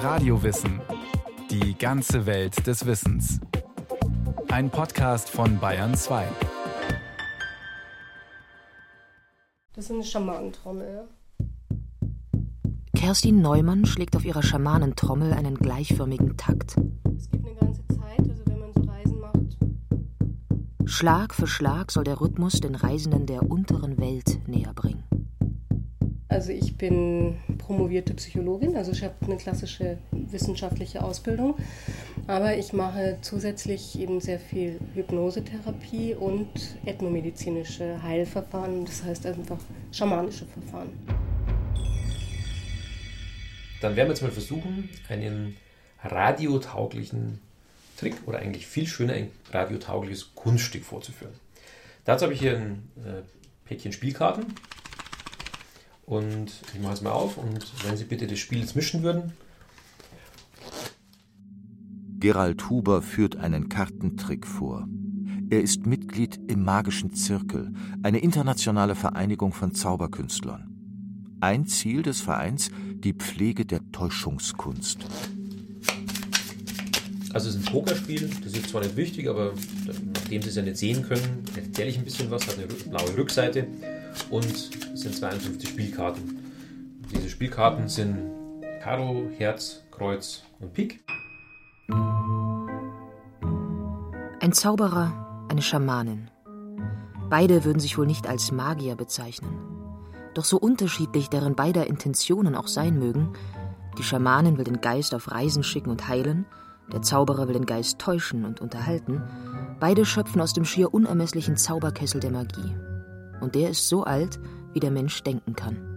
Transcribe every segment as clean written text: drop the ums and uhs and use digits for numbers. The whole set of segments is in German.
Radiowissen. Die ganze Welt des Wissens. Ein Podcast von Bayern 2. Das ist eine Schamanentrommel. Kerstin Neumann schlägt auf ihrer Schamanentrommel einen gleichförmigen Takt. Es gibt eine ganze Zeit, also wenn man so Reisen macht. Schlag für Schlag soll der Rhythmus den Reisenden der unteren Welt näher bringen. Also ich bin promovierte Psychologin, also ich habe eine klassische wissenschaftliche Ausbildung, aber ich mache zusätzlich eben sehr viel Hypnosetherapie und ethnomedizinische Heilverfahren, das heißt einfach schamanische Verfahren. Dann werden wir jetzt mal versuchen, einen radiotauglichen Trick oder eigentlich viel schöner ein radiotaugliches Kunststück vorzuführen. Dazu habe ich hier ein Päckchen Spielkarten. Und ich mache es mal auf und wenn Sie bitte das Spiel jetzt mischen würden. Gerald Huber führt einen Kartentrick vor. Er ist Mitglied im Magischen Zirkel, eine internationale Vereinigung von Zauberkünstlern. Ein Ziel des Vereins, die Pflege der Täuschungskunst. Also es ist ein Pokerspiel, das ist zwar nicht wichtig, aber nachdem Sie es ja nicht sehen können, erzähle ich ein bisschen was, hat eine blaue Rückseite. Und es sind 52 Spielkarten. Diese Spielkarten sind Karo, Herz, Kreuz und Pik. Ein Zauberer, eine Schamanin. Beide würden sich wohl nicht als Magier bezeichnen. Doch so unterschiedlich deren beider Intentionen auch sein mögen, die Schamanin will den Geist auf Reisen schicken und heilen, der Zauberer will den Geist täuschen und unterhalten, beide schöpfen aus dem schier unermesslichen Zauberkessel der Magie. Und der ist so alt, wie der Mensch denken kann.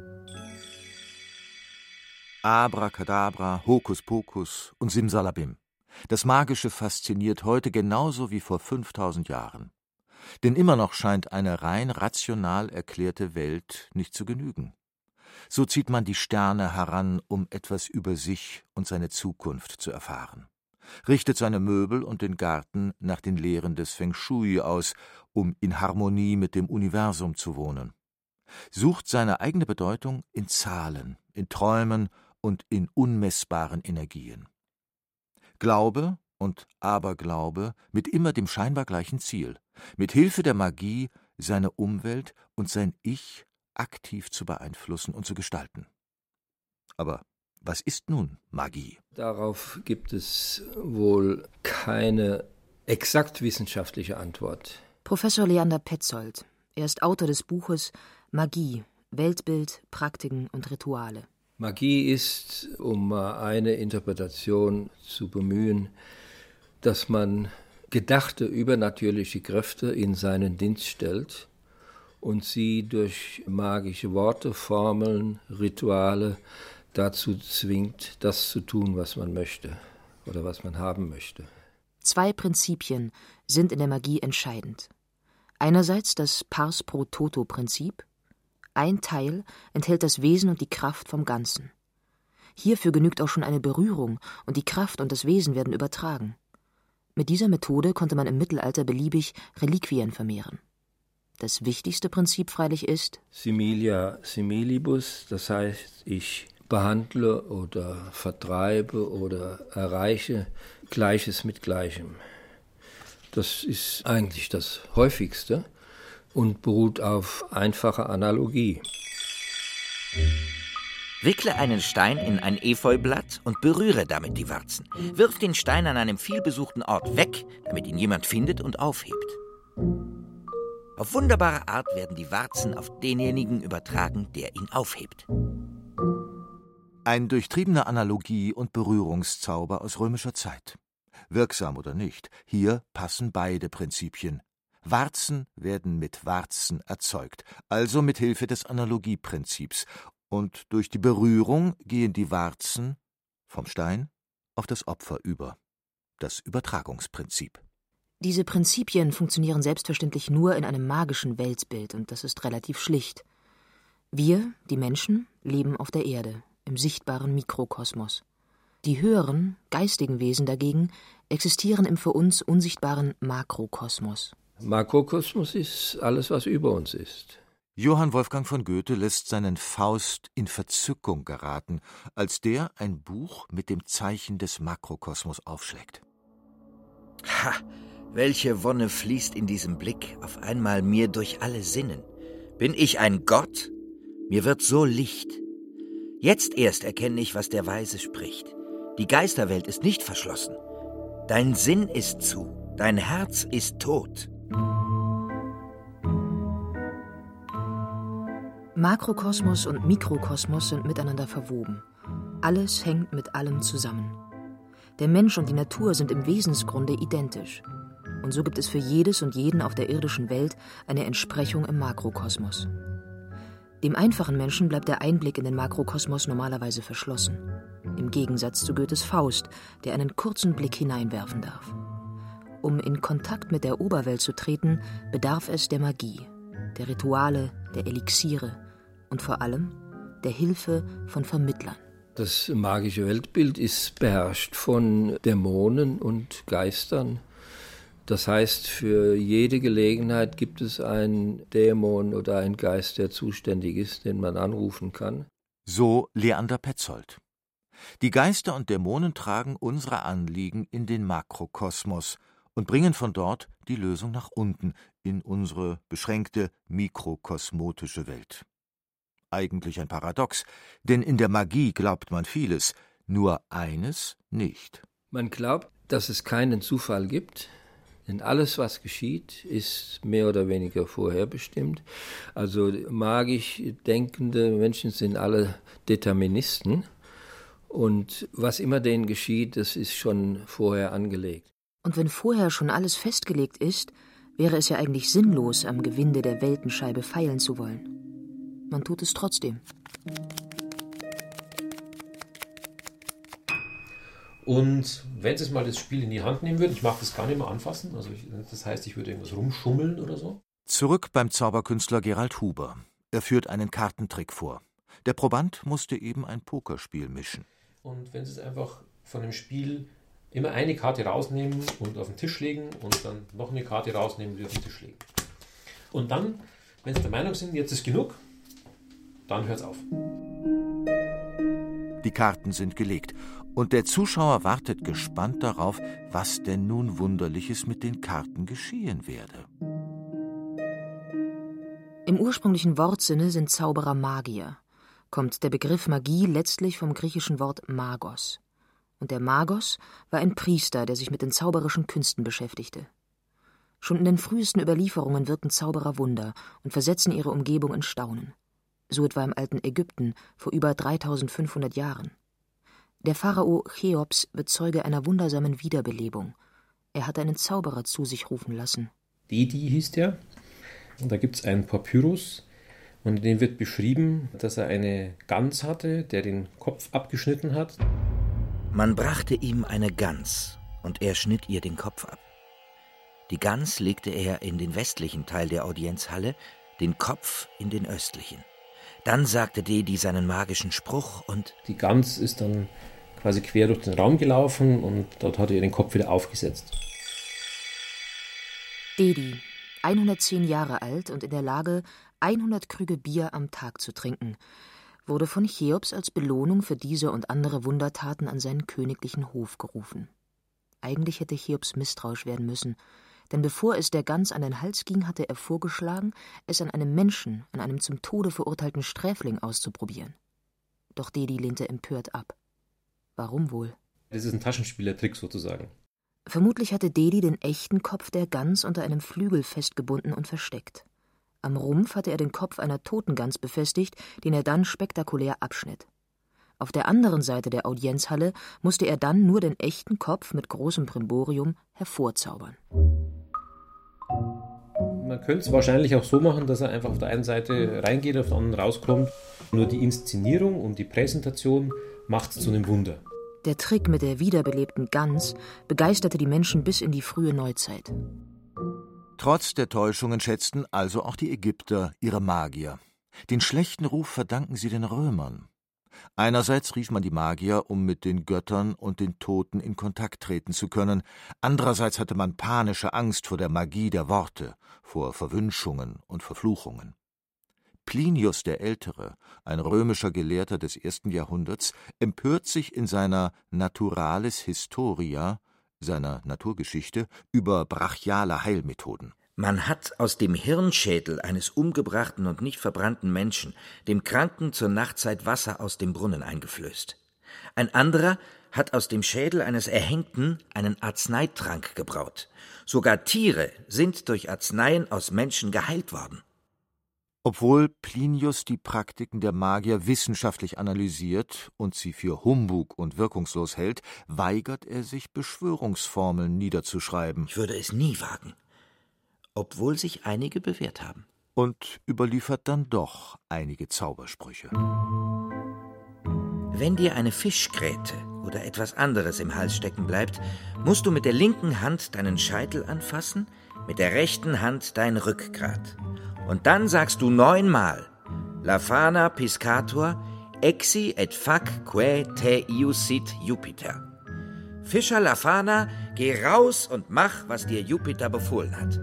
Abracadabra, Hokuspokus und Simsalabim. Das Magische fasziniert heute genauso wie vor 5000 Jahren. Denn immer noch scheint eine rein rational erklärte Welt nicht zu genügen. So zieht man die Sterne heran, um etwas über sich und seine Zukunft zu erfahren. Richtet seine Möbel und den Garten nach den Lehren des Feng Shui aus, um in Harmonie mit dem Universum zu wohnen. Sucht seine eigene Bedeutung in Zahlen, in Träumen und in unmessbaren Energien. Glaube und Aberglaube mit immer dem scheinbar gleichen Ziel, mit Hilfe der Magie seine Umwelt und sein Ich aktiv zu beeinflussen und zu gestalten. Aber was ist nun Magie? Darauf gibt es wohl keine exakt wissenschaftliche Antwort. Professor Leander Petzold. Er ist Autor des Buches Magie, Weltbild, Praktiken und Rituale. Magie ist, um mal eine Interpretation zu bemühen, dass man gedachte übernatürliche Kräfte in seinen Dienst stellt und sie durch magische Worte, Formeln, Rituale dazu zwingt, das zu tun, was man möchte oder was man haben möchte. 2 Prinzipien sind in der Magie entscheidend. Einerseits das Pars pro Toto-Prinzip. Ein Teil enthält das Wesen und die Kraft vom Ganzen. Hierfür genügt auch schon eine Berührung und die Kraft und das Wesen werden übertragen. Mit dieser Methode konnte man im Mittelalter beliebig Reliquien vermehren. Das wichtigste Prinzip freilich ist Similia similibus, das heißt, ich behandle oder vertreibe oder erreiche Gleiches mit Gleichem. Das ist eigentlich das Häufigste und beruht auf einfacher Analogie. Wickle einen Stein in ein Efeublatt und berühre damit die Warzen. Wirf den Stein an einem vielbesuchten Ort weg, damit ihn jemand findet und aufhebt. Auf wunderbare Art werden die Warzen auf denjenigen übertragen, der ihn aufhebt. Ein durchtriebener Analogie- und Berührungszauber aus römischer Zeit. Wirksam oder nicht, hier passen beide Prinzipien. Warzen werden mit Warzen erzeugt, also mit Hilfe des Analogieprinzips. Und durch die Berührung gehen die Warzen vom Stein auf das Opfer über. Das Übertragungsprinzip. Diese Prinzipien funktionieren selbstverständlich nur in einem magischen Weltbild und das ist relativ schlicht. Wir, die Menschen, leben auf der Erde, im sichtbaren Mikrokosmos. Die höheren, geistigen Wesen dagegen existieren im für uns unsichtbaren Makrokosmos. Makrokosmos ist alles, was über uns ist. Johann Wolfgang von Goethe lässt seinen Faust in Verzückung geraten, als der ein Buch mit dem Zeichen des Makrokosmos aufschlägt. Ha! Welche Wonne fließt in diesem Blick auf einmal mir durch alle Sinnen. Bin ich ein Gott? Mir wird so licht. Jetzt erst erkenne ich, was der Weise spricht. Die Geisterwelt ist nicht verschlossen. Dein Sinn ist zu, dein Herz ist tot. Makrokosmos und Mikrokosmos sind miteinander verwoben. Alles hängt mit allem zusammen. Der Mensch und die Natur sind im Wesensgrunde identisch. Und so gibt es für jedes und jeden auf der irdischen Welt eine Entsprechung im Makrokosmos. Dem einfachen Menschen bleibt der Einblick in den Makrokosmos normalerweise verschlossen. Im Gegensatz zu Goethes Faust, der einen kurzen Blick hineinwerfen darf. Um in Kontakt mit der Oberwelt zu treten, bedarf es der Magie, der Rituale, der Elixiere und vor allem der Hilfe von Vermittlern. Das magische Weltbild ist beherrscht von Dämonen und Geistern. Das heißt, für jede Gelegenheit gibt es einen Dämon oder einen Geist, der zuständig ist, den man anrufen kann. So Leander Petzold. Die Geister und Dämonen tragen unsere Anliegen in den Makrokosmos und bringen von dort die Lösung nach unten in unsere beschränkte mikrokosmotische Welt. Eigentlich ein Paradox, denn in der Magie glaubt man vieles, nur eines nicht. Man glaubt, dass es keinen Zufall gibt, denn alles, was geschieht, ist mehr oder weniger vorherbestimmt. Also magisch denkende Menschen sind alle Deterministen und was immer denen geschieht, das ist schon vorher angelegt. Und wenn vorher schon alles festgelegt ist, wäre es ja eigentlich sinnlos, am Gewinde der Weltenscheibe feilen zu wollen. Man tut es trotzdem. Und wenn Sie jetzt mal das Spiel in die Hand nehmen würden, ich mag das gar nicht mehr anfassen, also das heißt, ich würde irgendwas rumschummeln oder so. Zurück beim Zauberkünstler Gerald Huber. Er führt einen Kartentrick vor. Der Proband musste eben ein Pokerspiel mischen. Und wenn Sie es einfach von dem Spiel immer eine Karte rausnehmen und auf den Tisch legen und dann noch eine Karte rausnehmen und wieder auf den Tisch legen. Und dann, wenn Sie der Meinung sind, jetzt ist genug, dann hört's auf. Die Karten sind gelegt und der Zuschauer wartet gespannt darauf, was denn nun Wunderliches mit den Karten geschehen werde. Im ursprünglichen Wortsinne sind Zauberer Magier, kommt der Begriff Magie letztlich vom griechischen Wort Magos. Und der Magos war ein Priester, der sich mit den zauberischen Künsten beschäftigte. Schon in den frühesten Überlieferungen wirken Zauberer Wunder und versetzen ihre Umgebung in Staunen. So etwa im alten Ägypten vor über 3500 Jahren. Der Pharao Cheops wird Zeuge einer wundersamen Wiederbelebung. Er hatte einen Zauberer zu sich rufen lassen. Dedi hieß der. Und da gibt es einen Papyrus und in dem wird beschrieben, dass er eine Gans hatte, der den Kopf abgeschnitten hat. Man brachte ihm eine Gans und er schnitt ihr den Kopf ab. Die Gans legte er in den westlichen Teil der Audienzhalle, den Kopf in den östlichen. Dann sagte Dedi seinen magischen Spruch und die Gans ist dann quasi quer durch den Raum gelaufen und dort hat er den Kopf wieder aufgesetzt. Dedi, 110 Jahre alt und in der Lage, 100 Krüge Bier am Tag zu trinken, wurde von Cheops als Belohnung für diese und andere Wundertaten an seinen königlichen Hof gerufen. Eigentlich hätte Cheops misstrauisch werden müssen, denn bevor es der Gans an den Hals ging, hatte er vorgeschlagen, es an einem Menschen, an einem zum Tode verurteilten Sträfling auszuprobieren. Doch Dedi lehnte empört ab. Warum wohl? Das ist ein Taschenspielertrick sozusagen. Vermutlich hatte Dedi den echten Kopf der Gans unter einem Flügel festgebunden und versteckt. Am Rumpf hatte er den Kopf einer toten Gans befestigt, den er dann spektakulär abschnitt. Auf der anderen Seite der Audienzhalle musste er dann nur den echten Kopf mit großem Brimborium hervorzaubern. Man könnte es wahrscheinlich auch so machen, dass er einfach auf der einen Seite reingeht, auf der anderen rauskommt. Nur die Inszenierung und die Präsentation macht es zu einem Wunder. Der Trick mit der wiederbelebten Gans begeisterte die Menschen bis in die frühe Neuzeit. Trotz der Täuschungen schätzten also auch die Ägypter ihre Magier. Den schlechten Ruf verdanken sie den Römern. Einerseits rief man die Magier, um mit den Göttern und den Toten in Kontakt treten zu können. Andererseits hatte man panische Angst vor der Magie der Worte, vor Verwünschungen und Verfluchungen. Plinius der Ältere, ein römischer Gelehrter des 1. Jahrhunderts, empört sich in seiner Naturalis Historia, seiner Naturgeschichte, über brachiale Heilmethoden. Man hat aus dem Hirnschädel eines umgebrachten und nicht verbrannten Menschen dem Kranken zur Nachtzeit Wasser aus dem Brunnen eingeflößt. Ein anderer hat aus dem Schädel eines Erhängten einen Arzneitrank gebraut. Sogar Tiere sind durch Arzneien aus Menschen geheilt worden. Obwohl Plinius die Praktiken der Magier wissenschaftlich analysiert und sie für Humbug und wirkungslos hält, weigert er sich, Beschwörungsformeln niederzuschreiben. Ich würde es nie wagen, obwohl sich einige bewährt haben. Und überliefert dann doch einige Zaubersprüche. Wenn dir eine Fischgräte oder etwas anderes im Hals stecken bleibt, musst du mit der linken Hand deinen Scheitel anfassen, mit der rechten Hand dein Rückgrat. Und dann sagst du 9-mal: Lafana piscator, exi et fac quae te iusit Jupiter. Fischer Lafana, geh raus und mach, was dir Jupiter befohlen hat.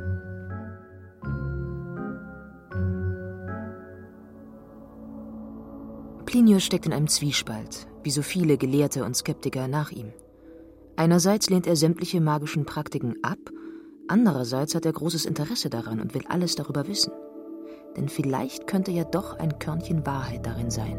Plinius steckt in einem Zwiespalt, wie so viele Gelehrte und Skeptiker nach ihm. Einerseits lehnt er sämtliche magischen Praktiken ab, andererseits hat er großes Interesse daran und will alles darüber wissen. Denn vielleicht könnte ja doch ein Körnchen Wahrheit darin sein.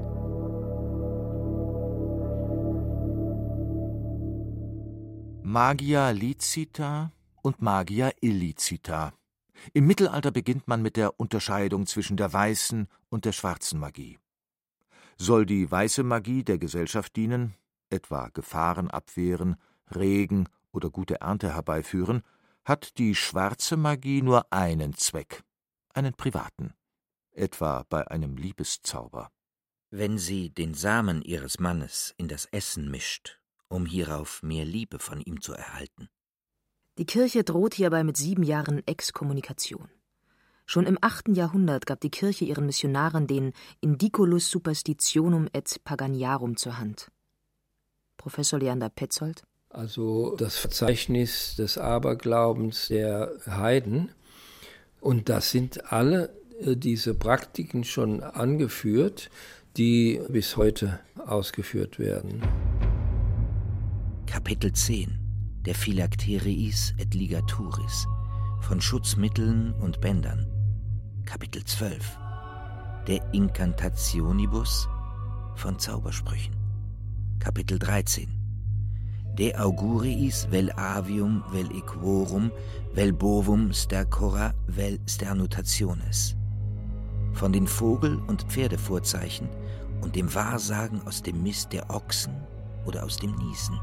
Magia licita und Magia illicita. Im Mittelalter beginnt man mit der Unterscheidung zwischen der weißen und der schwarzen Magie. Soll die weiße Magie der Gesellschaft dienen, etwa Gefahren abwehren, Regen oder gute Ernte herbeiführen, hat die schwarze Magie nur einen Zweck, einen privaten, etwa bei einem Liebeszauber. Wenn sie den Samen ihres Mannes in das Essen mischt, um hierauf mehr Liebe von ihm zu erhalten. Die Kirche droht hierbei mit 7 Jahren Exkommunikation. Schon im 8. Jahrhundert gab die Kirche ihren Missionaren den Indiculus Superstitionum et Paganiarum zur Hand. Professor Leander Petzold: Also das Verzeichnis des Aberglaubens der Heiden. Und das sind alle diese Praktiken schon angeführt, die bis heute ausgeführt werden. Kapitel 10 der Phylacteriis et Ligaturis, von Schutzmitteln und Bändern. Kapitel 12 der Incantationibus, von Zaubersprüchen. Kapitel 13 De auguriis vel avium vel equorum vel bovum stercora vel sternutationes, von den Vogel- und Pferdevorzeichen und dem Wahrsagen aus dem Mist der Ochsen oder aus dem Niesen.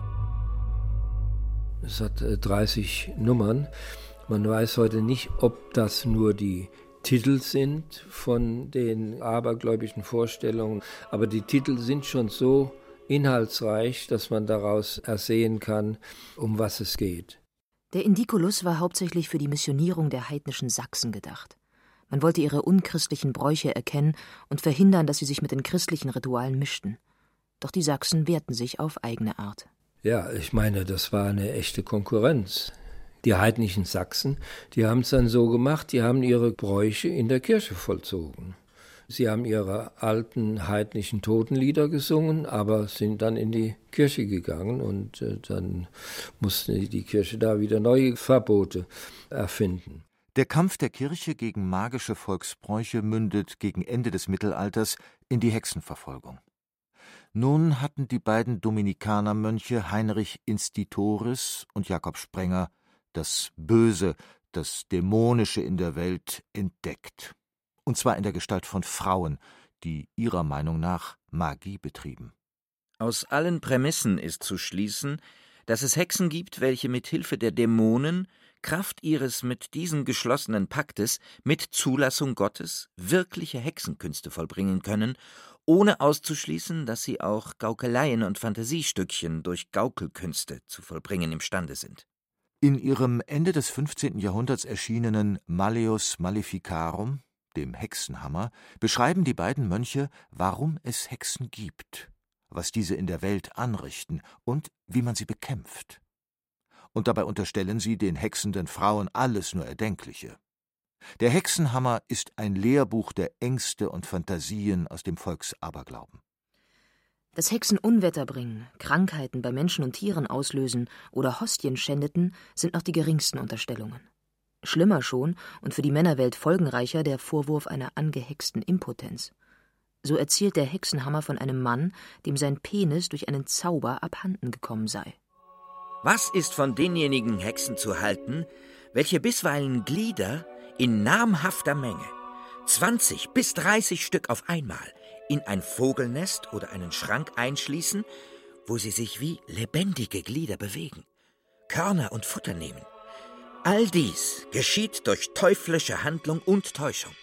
Es hat 30 Nummern. Man weiß heute nicht, ob das nur die Titel sind von den abergläubischen Vorstellungen, aber die Titel sind schon so inhaltsreich, dass man daraus ersehen kann, um was es geht. Der Indiculus war hauptsächlich für die Missionierung der heidnischen Sachsen gedacht. Man wollte ihre unchristlichen Bräuche erkennen und verhindern, dass sie sich mit den christlichen Ritualen mischten. Doch die Sachsen wehrten sich auf eigene Art. Ja, ich meine, das war eine echte Konkurrenz. Die heidnischen Sachsen, die haben es dann so gemacht, die haben ihre Bräuche in der Kirche vollzogen. Sie haben ihre alten heidnischen Totenlieder gesungen, aber sind dann in die Kirche gegangen und dann musste die Kirche da wieder neue Verbote erfinden. Der Kampf der Kirche gegen magische Volksbräuche mündet gegen Ende des Mittelalters in die Hexenverfolgung. Nun hatten die beiden Dominikanermönche Heinrich Institoris und Jakob Sprenger das Böse, das Dämonische in der Welt entdeckt. Und zwar in der Gestalt von Frauen, die ihrer Meinung nach Magie betrieben. Aus allen Prämissen ist zu schließen, dass es Hexen gibt, welche mit Hilfe der Dämonen, Kraft ihres mit diesen geschlossenen Paktes, mit Zulassung Gottes, wirkliche Hexenkünste vollbringen können, ohne auszuschließen, dass sie auch Gaukeleien und Fantasiestückchen durch Gaukelkünste zu vollbringen imstande sind. In ihrem Ende des 15. Jahrhunderts erschienenen Malleus Maleficarum, dem Hexenhammer, beschreiben die beiden Mönche, warum es Hexen gibt, was diese in der Welt anrichten und wie man sie bekämpft. Und dabei unterstellen sie den hexenden Frauen alles nur Erdenkliche. Der Hexenhammer ist ein Lehrbuch der Ängste und Fantasien aus dem Volksaberglauben. Dass Hexen Unwetter bringen, Krankheiten bei Menschen und Tieren auslösen oder Hostien schändeten, sind noch die geringsten Unterstellungen. Schlimmer schon und für die Männerwelt folgenreicher der Vorwurf einer angehexten Impotenz. So erzählt der Hexenhammer von einem Mann, dem sein Penis durch einen Zauber abhanden gekommen sei. Was ist von denjenigen Hexen zu halten, welche bisweilen Glieder in namhafter Menge, 20 bis 30 Stück auf einmal, in ein Vogelnest oder einen Schrank einschließen, wo sie sich wie lebendige Glieder bewegen, Körner und Futter nehmen? All dies geschieht durch teuflische Handlung und Täuschung.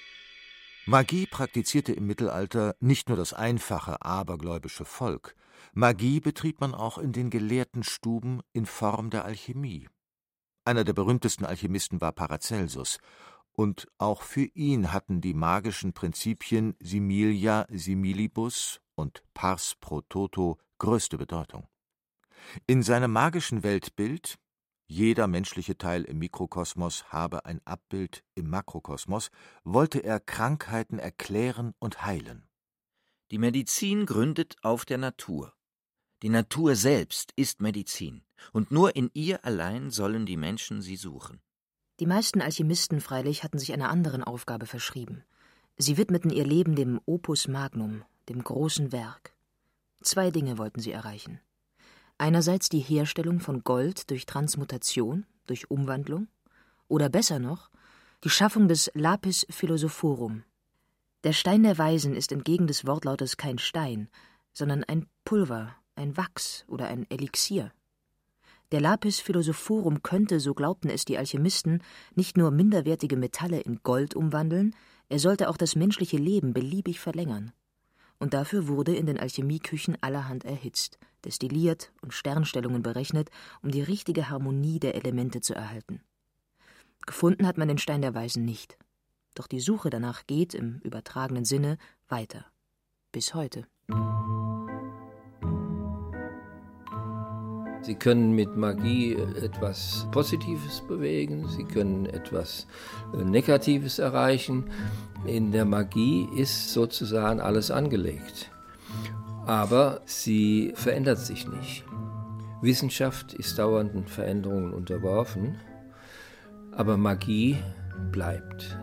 Magie praktizierte im Mittelalter nicht nur das einfache abergläubische Volk. Magie betrieb man auch in den gelehrten Stuben in Form der Alchemie. Einer der berühmtesten Alchemisten war Paracelsus, und auch für ihn hatten die magischen Prinzipien similia similibus und pars pro toto größte Bedeutung. In seinem magischen Weltbild, jeder menschliche Teil im Mikrokosmos habe ein Abbild im Makrokosmos, wollte er Krankheiten erklären und heilen. Die Medizin gründet auf der Natur. Die Natur selbst ist Medizin, und nur in ihr allein sollen die Menschen sie suchen. Die meisten Alchemisten freilich hatten sich einer anderen Aufgabe verschrieben. Sie widmeten ihr Leben dem Opus Magnum, dem großen Werk. 2 Dinge wollten sie erreichen. Einerseits die Herstellung von Gold durch Transmutation, durch Umwandlung, oder besser noch, die Schaffung des Lapis Philosophorum. Der Stein der Weisen ist entgegen des Wortlautes kein Stein, sondern ein Pulver, ein Wachs oder ein Elixier. Der Lapis Philosophorum könnte, so glaubten es die Alchemisten, nicht nur minderwertige Metalle in Gold umwandeln, er sollte auch das menschliche Leben beliebig verlängern. Und dafür wurde in den Alchemieküchen allerhand erhitzt, destilliert und Sternstellungen berechnet, um die richtige Harmonie der Elemente zu erhalten. Gefunden hat man den Stein der Weisen nicht. Doch die Suche danach geht, im übertragenen Sinne, weiter. Bis heute. Sie können mit Magie etwas Positives bewegen, sie können etwas Negatives erreichen. In der Magie ist sozusagen alles angelegt. Aber sie verändert sich nicht. Wissenschaft ist dauernden Veränderungen unterworfen, aber Magie bleibt.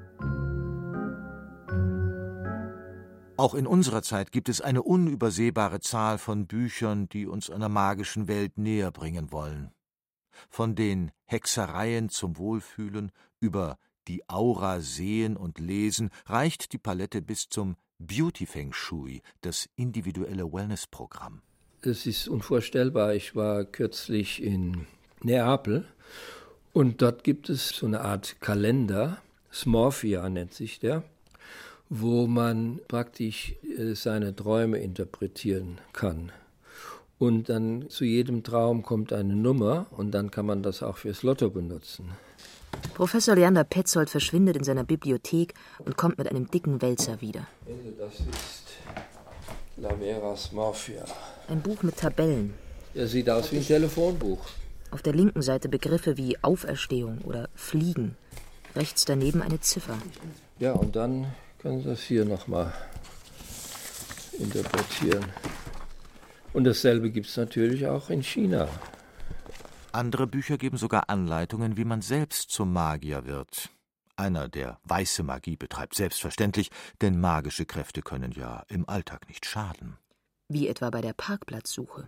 Auch in unserer Zeit gibt es eine unübersehbare Zahl von Büchern, die uns einer magischen Welt näher bringen wollen. Von den Hexereien zum Wohlfühlen über die Aura sehen und lesen reicht die Palette bis zum Beauty Feng Shui, das individuelle Wellnessprogramm. Es ist unvorstellbar. Ich war kürzlich in Neapel und dort gibt es so eine Art Kalender, Smorfia nennt sich der, wo man praktisch seine Träume interpretieren kann. Und dann zu jedem Traum kommt eine Nummer und dann kann man das auch fürs Lotto benutzen. Professor Leander Petzold verschwindet in seiner Bibliothek und kommt mit einem dicken Wälzer wieder. Das ist La Vera Smorfia. Ein Buch mit Tabellen. Er sieht aus wie ein Telefonbuch. Auf der linken Seite Begriffe wie Auferstehung oder Fliegen. Rechts daneben eine Ziffer. Ja, und dann können Sie das hier nochmal interpretieren. Und dasselbe gibt es natürlich auch in China. Andere Bücher geben sogar Anleitungen, wie man selbst zum Magier wird. Einer, der weiße Magie betreibt, selbstverständlich, denn magische Kräfte können ja im Alltag nicht schaden. Wie etwa bei der Parkplatzsuche.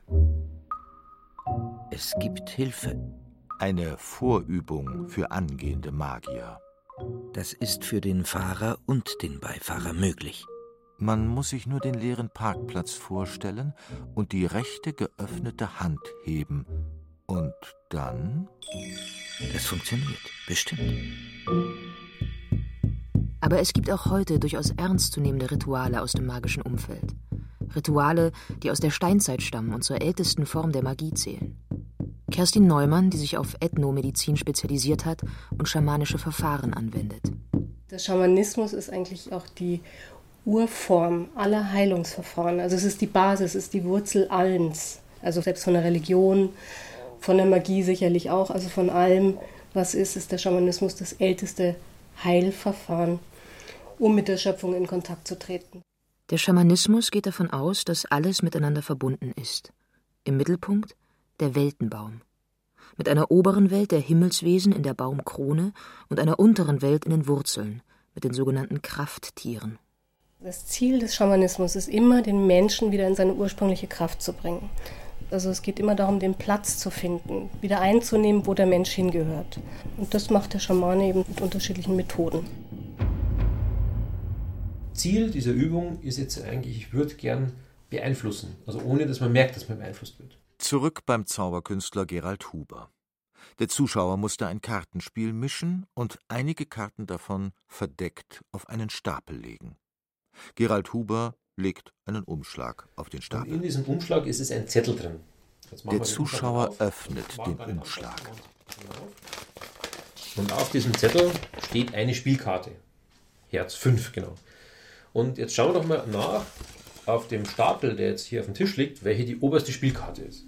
Es gibt Hilfe. Eine Vorübung für angehende Magier. Das ist für den Fahrer und den Beifahrer möglich. Man muss sich nur den leeren Parkplatz vorstellen und die rechte geöffnete Hand heben. Und dann? Das funktioniert, bestimmt. Aber es gibt auch heute durchaus ernstzunehmende Rituale aus dem magischen Umfeld. Rituale, die aus der Steinzeit stammen und zur ältesten Form der Magie zählen. Kerstin Neumann, die sich auf Ethnomedizin spezialisiert hat und schamanische Verfahren anwendet. Der Schamanismus ist eigentlich auch die Urform aller Heilungsverfahren. Also es ist die Basis, es ist die Wurzel allens. Also selbst von der Religion, von der Magie sicherlich auch. Also von allem, was ist der Schamanismus das älteste Heilverfahren, um mit der Schöpfung in Kontakt zu treten. Der Schamanismus geht davon aus, dass alles miteinander verbunden ist. Im Mittelpunkt der Weltenbaum. Mit einer oberen Welt der Himmelswesen in der Baumkrone und einer unteren Welt in den Wurzeln, mit den sogenannten Krafttieren. Das Ziel des Schamanismus ist immer, den Menschen wieder in seine ursprüngliche Kraft zu bringen. Also es geht immer darum, den Platz zu finden, wieder einzunehmen, wo der Mensch hingehört. Und das macht der Schamane eben mit unterschiedlichen Methoden. Ziel dieser Übung ist jetzt eigentlich, ich würde gern beeinflussen, also ohne, dass man merkt, dass man beeinflusst wird. Zurück beim Zauberkünstler Gerald Huber. Der Zuschauer musste ein Kartenspiel mischen und einige Karten davon verdeckt auf einen Stapel legen. Gerald Huber legt einen Umschlag auf den Stapel. Und in diesem Umschlag ist es ein Zettel drin. Der Zuschauer öffnet den Umschlag. Und auf diesem Zettel steht eine Spielkarte. Herz 5, genau. Und jetzt schauen wir doch mal nach auf dem Stapel, der jetzt hier auf dem Tisch liegt, welche die oberste Spielkarte ist.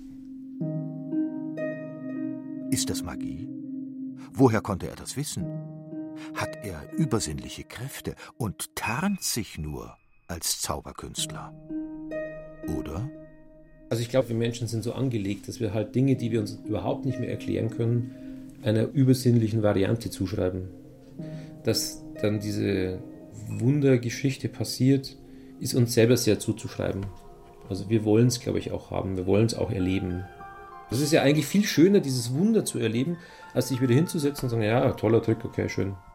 Ist das Magie? Woher konnte er das wissen? Hat er übersinnliche Kräfte und tarnt sich nur als Zauberkünstler? Oder? Also ich glaube, wir Menschen sind so angelegt, dass wir halt Dinge, die wir uns überhaupt nicht mehr erklären können, einer übersinnlichen Variante zuschreiben. Dass dann diese Wundergeschichte passiert, ist uns selber sehr zuzuschreiben. Also wir wollen es, glaube ich, auch haben. Wir wollen es auch erleben. Das ist ja eigentlich viel schöner, dieses Wunder zu erleben, als sich wieder hinzusetzen und sagen, ja, toller Trick, okay, schön.